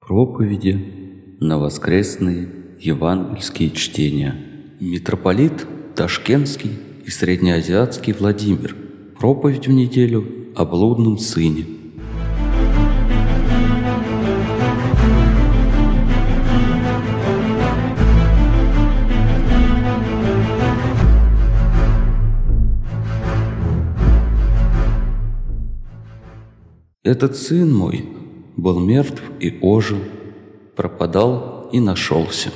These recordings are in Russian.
Проповеди на воскресные евангельские чтения. Митрополит Ташкентский и Среднеазиатский Владимир. Проповедь в неделю о блудном сыне. Этот сын мой был мертв и ожил, пропадал и нашелся.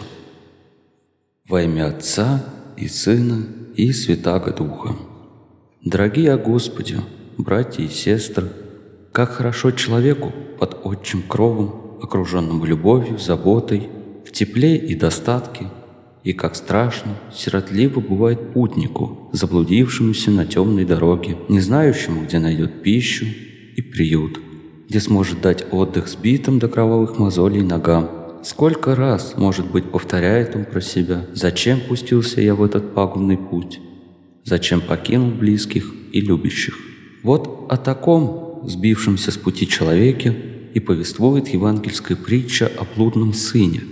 Во имя Отца и Сына и Святаго Духа. Дорогие о Господе, братья и сестры, как хорошо человеку под отчим кровом, окруженным любовью, заботой, в тепле и достатке, и как страшно, сиротливо бывает путнику, заблудившемуся на темной дороге, не знающему, где найдет пищу и приют, где сможет дать отдых сбитым до кровавых мозолей ногам. Сколько раз, может быть, повторяет он про себя: «Зачем пустился я в этот пагубный путь? Зачем покинул близких и любящих?» Вот о таком сбившемся с пути человеке и повествует евангельская притча о блудном сыне.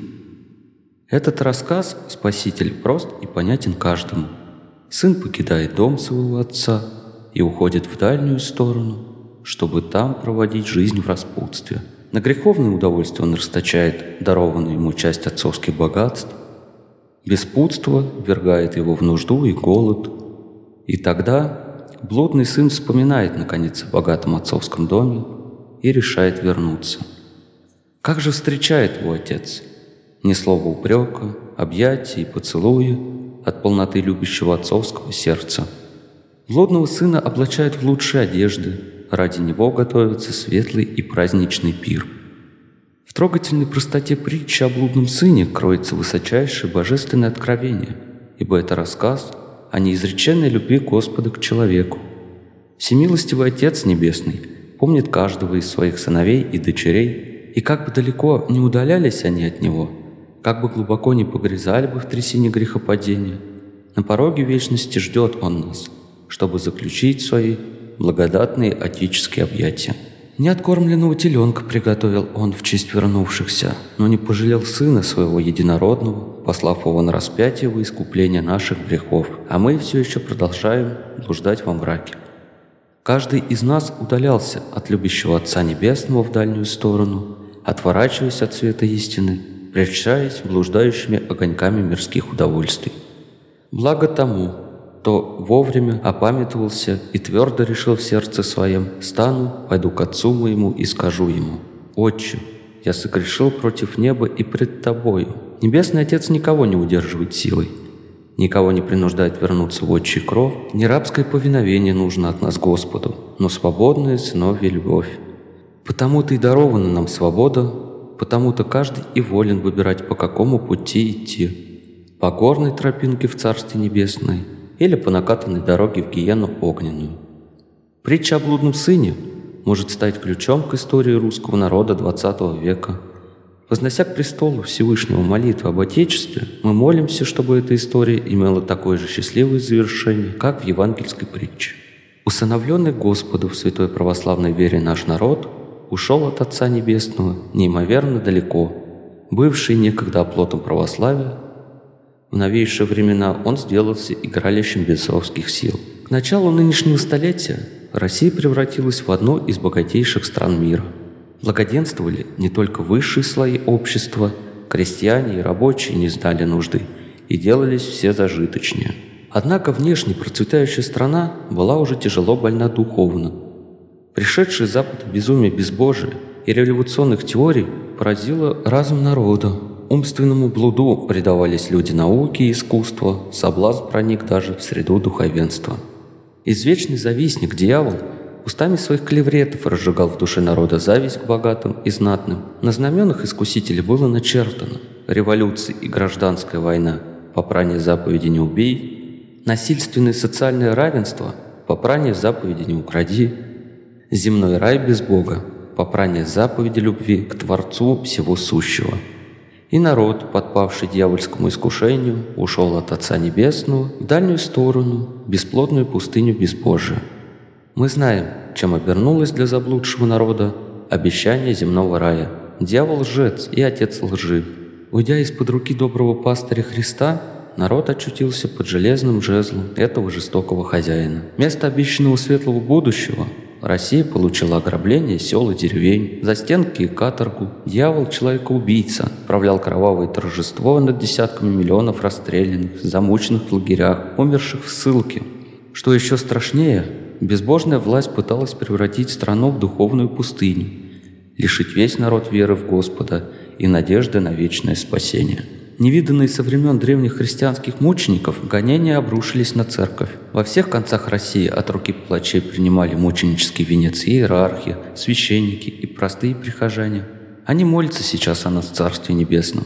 Этот рассказ Спаситель прост и понятен каждому. Сын покидает дом своего отца и уходит в дальнюю сторону, чтобы там проводить жизнь в распутстве. На греховное удовольствие он расточает дарованную ему часть отцовских богатств. Беспутство ввергает его в нужду и голод. И тогда блудный сын вспоминает, наконец, о богатом отцовском доме и решает вернуться. Как же встречает его отец? Ни слова упрека, объятия и поцелуя от полноты любящего отцовского сердца. Блудного сына облачают в лучшие одежды, ради него готовится светлый и праздничный пир. В трогательной простоте притчи о блудном сыне кроется высочайшее божественное откровение, ибо это рассказ о неизреченной любви Господа к человеку. Всемилостивый Отец Небесный помнит каждого из своих сыновей и дочерей, и как бы далеко не удалялись они от Него, как бы глубоко не погрязали бы в трясине грехопадения, на пороге вечности ждет Он нас, чтобы заключить свои благодатные отеческие объятия. Неоткормленного теленка приготовил он в честь вернувшихся, но не пожалел сына своего единородного, послав его на распятие во искупление наших грехов, а мы все еще продолжаем блуждать во мраке. Каждый из нас удалялся от любящего Отца Небесного в дальнюю сторону, отворачиваясь от света истины, прельщаясь блуждающими огоньками мирских удовольствий. Благо тому, кто вовремя опамятовался и твердо решил в сердце своем: «Стану, пойду к отцу моему и скажу ему: Отче, я согрешил против неба и пред тобою». Небесный Отец никого не удерживает силой, никого не принуждает вернуться в отчий кров. Не рабское повиновение нужно от нас Господу, но свободная сыновья любовь. Потому-то и дарована нам свобода, потому-то каждый и волен выбирать, по какому пути идти: по горной тропинке в Царстве Небесное или по накатанной дороге в гиену огненную. Притча о блудном сыне может стать ключом к истории русского народа XX века. Вознося к престолу Всевышнего молитвы об Отечестве, мы молимся, чтобы эта история имела такое же счастливое завершение, как в евангельской притче. Усыновленный Господу в святой православной вере наш народ ушел от Отца Небесного неимоверно далеко. Бывший некогда оплотом православия, в новейшие времена он сделался игралищем бесовских сил. К началу нынешнего столетия Россия превратилась в одну из богатейших стран мира. Благоденствовали не только высшие слои общества, крестьяне и рабочие не знали нужды и делались все зажиточнее. Однако внешне процветающая страна была уже тяжело больна духовно. Пришедшее с Запада безумие безбожия и революционных теорий поразило разум народа. Умственному блуду предавались люди науки и искусства, соблазн проник даже в среду духовенства. Извечный завистник, дьявол, устами своих клевретов разжигал в душе народа зависть к богатым и знатным. На знаменах искусителя было начертано: революция и гражданская война, попрание заповеди «не убей», насильственное социальное равенство, попрание заповеди «не укради», земной рай без Бога, попрание заповеди любви к Творцу всего сущего. И народ, подпавший дьявольскому искушению, ушел от Отца Небесного в дальнюю сторону, бесплодную пустыню безбожия. Мы знаем, чем обернулось для заблудшего народа обещание земного рая, Дьявол лжец и отец лжи. Уйдя из-под руки доброго пастыря Христа, народ очутился под железным жезлом этого жестокого хозяина. Вместо обещанного светлого будущего Россия получила ограбление сел и деревень, застенки и каторгу. Дьявол, человека-убийца, правлял кровавое торжество над десятками миллионов расстрелянных, замученных в лагерях, умерших в ссылке. Что еще страшнее, безбожная власть пыталась превратить страну в духовную пустыню, лишить весь народ веры в Господа и надежды на вечное спасение. Невиданные со времен древних христианских мучеников гонения обрушились на церковь. Во всех концах России от руки палачей принимали мученический венец иерархи, священники и простые прихожане. Они молятся сейчас о нас в Царстве Небесном.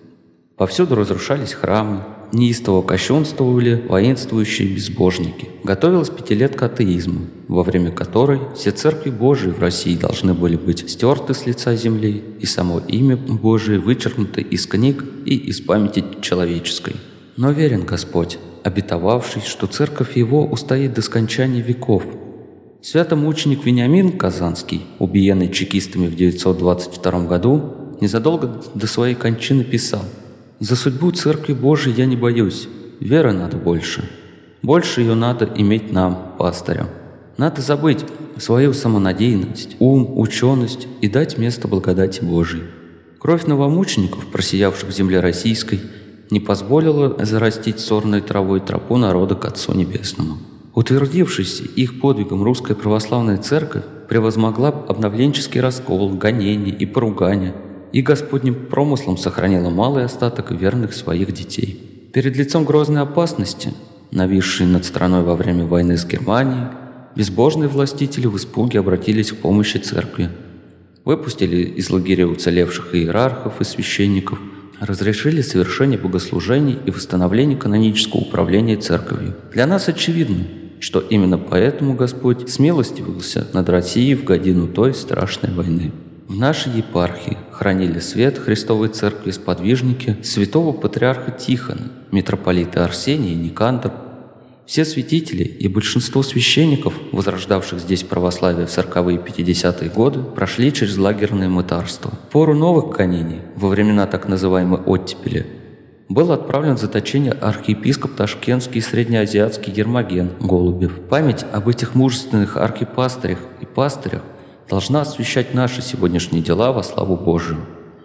Повсюду разрушались храмы, неистово кощунствовали воинствующие безбожники. Готовилась пятилетка атеизма, во время которой все церкви Божии в России должны были быть стерты с лица земли и само имя Божие вычеркнуто из книг и из памяти человеческой. Но верен Господь, обетовавший, что церковь Его устоит до скончания веков. Святомученик Вениамин Казанский, убиенный чекистами в 922 году, незадолго до своей кончины писал: «За судьбу Церкви Божией я не боюсь, веры надо больше. Больше ее надо иметь нам, пастырям. Надо забыть свою самонадеянность, ум, ученость и дать место благодати Божией». Кровь новомучеников, просиявших в земле российской, не позволила зарастить сорной травой тропу народа к Отцу Небесному. Утвердившись их подвигом русская православная церковь превозмогла обновленческий раскол, гонения и поругания, и Господним промыслом сохранила малый остаток верных своих детей. Перед лицом грозной опасности, нависшей над страной во время войны с Германией, безбожные властители в испуге обратились к помощи церкви. Выпустили из лагеря уцелевших иерархов и священников, разрешили совершение богослужений и восстановление канонического управления церковью. Для нас очевидно, что именно поэтому Господь смилостивился над Россией в годину той страшной войны. В нашей епархии хранили свет Христовой Церкви сподвижники святого патриарха Тихона, митрополита Арсения и Никандр. Все святители и большинство священников, возрождавших здесь православие в 40-е и 50-е годы, прошли через лагерное мытарство. В пору новых гонений, во времена так называемой оттепели, был отправлен в заточение архиепископ Ташкентский и среднеазиатский Гермоген Голубев. Память об этих мужественных архипастырях и пастырях должна освещать наши сегодняшние дела во славу Божию.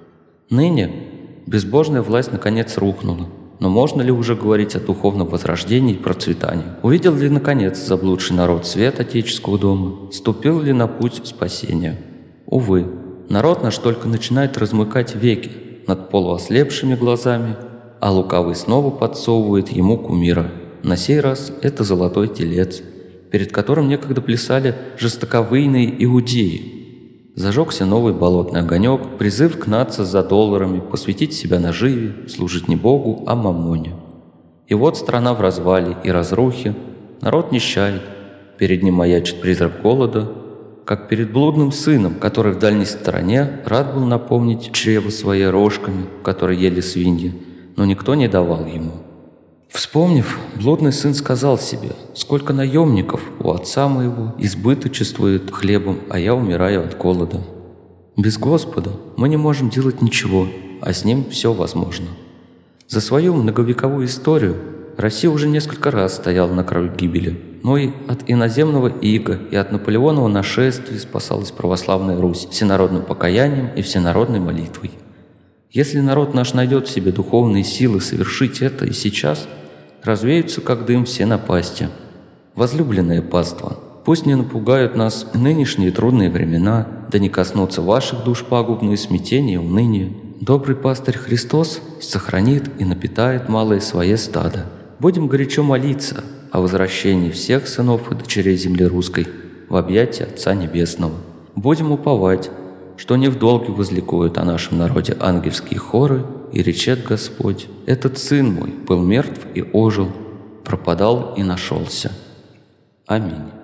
Ныне безбожная власть наконец рухнула, но можно ли уже говорить о духовном возрождении и процветании? Увидел ли наконец заблудший народ свет Отеческого дома? Ступил ли на путь спасения? Увы, народ наш только начинает размыкать веки над полуослепшими глазами, а лукавый снова подсовывает ему кумира. На сей раз это золотой телец, перед которым некогда плясали жестоковыйные иудеи. Зажегся новый болотный огонек, призыв гнаться за долларами, посвятить себя наживе, служить не Богу, а маммоне. И вот страна в развале и разрухе, народ нищает, перед ним маячит призрак голода, как перед блудным сыном, который в дальней стороне рад был наполнить чрево своей рожками, которые ели свиньи, но никто не давал ему. Вспомнив, блудный сын сказал себе: «Сколько наемников у отца моего избыточествует хлебом, а я умираю от голода». Без Господа мы не можем делать ничего, а с Ним все возможно. За свою многовековую историю Россия уже несколько раз стояла на краю гибели, но и от иноземного ига, и от Наполеонова нашествия спасалась православная Русь всенародным покаянием и всенародной молитвой. Если народ наш найдет в себе духовные силы совершить это и сейчас, развеются, как дым, все напасти. Возлюбленное паство, пусть не напугают нас нынешние трудные времена, да не коснутся ваших душ пагубные смятения и уныние. Добрый пастырь Христос сохранит и напитает малое свое стадо. Будем горячо молиться о возвращении всех сынов и дочерей земли русской в объятия Отца Небесного. Будем уповать, что не в долге возликуют о нашем народе ангельские хоры, и речет Господь: «Этот сын мой был мертв и ожил, пропадал и нашелся». Аминь.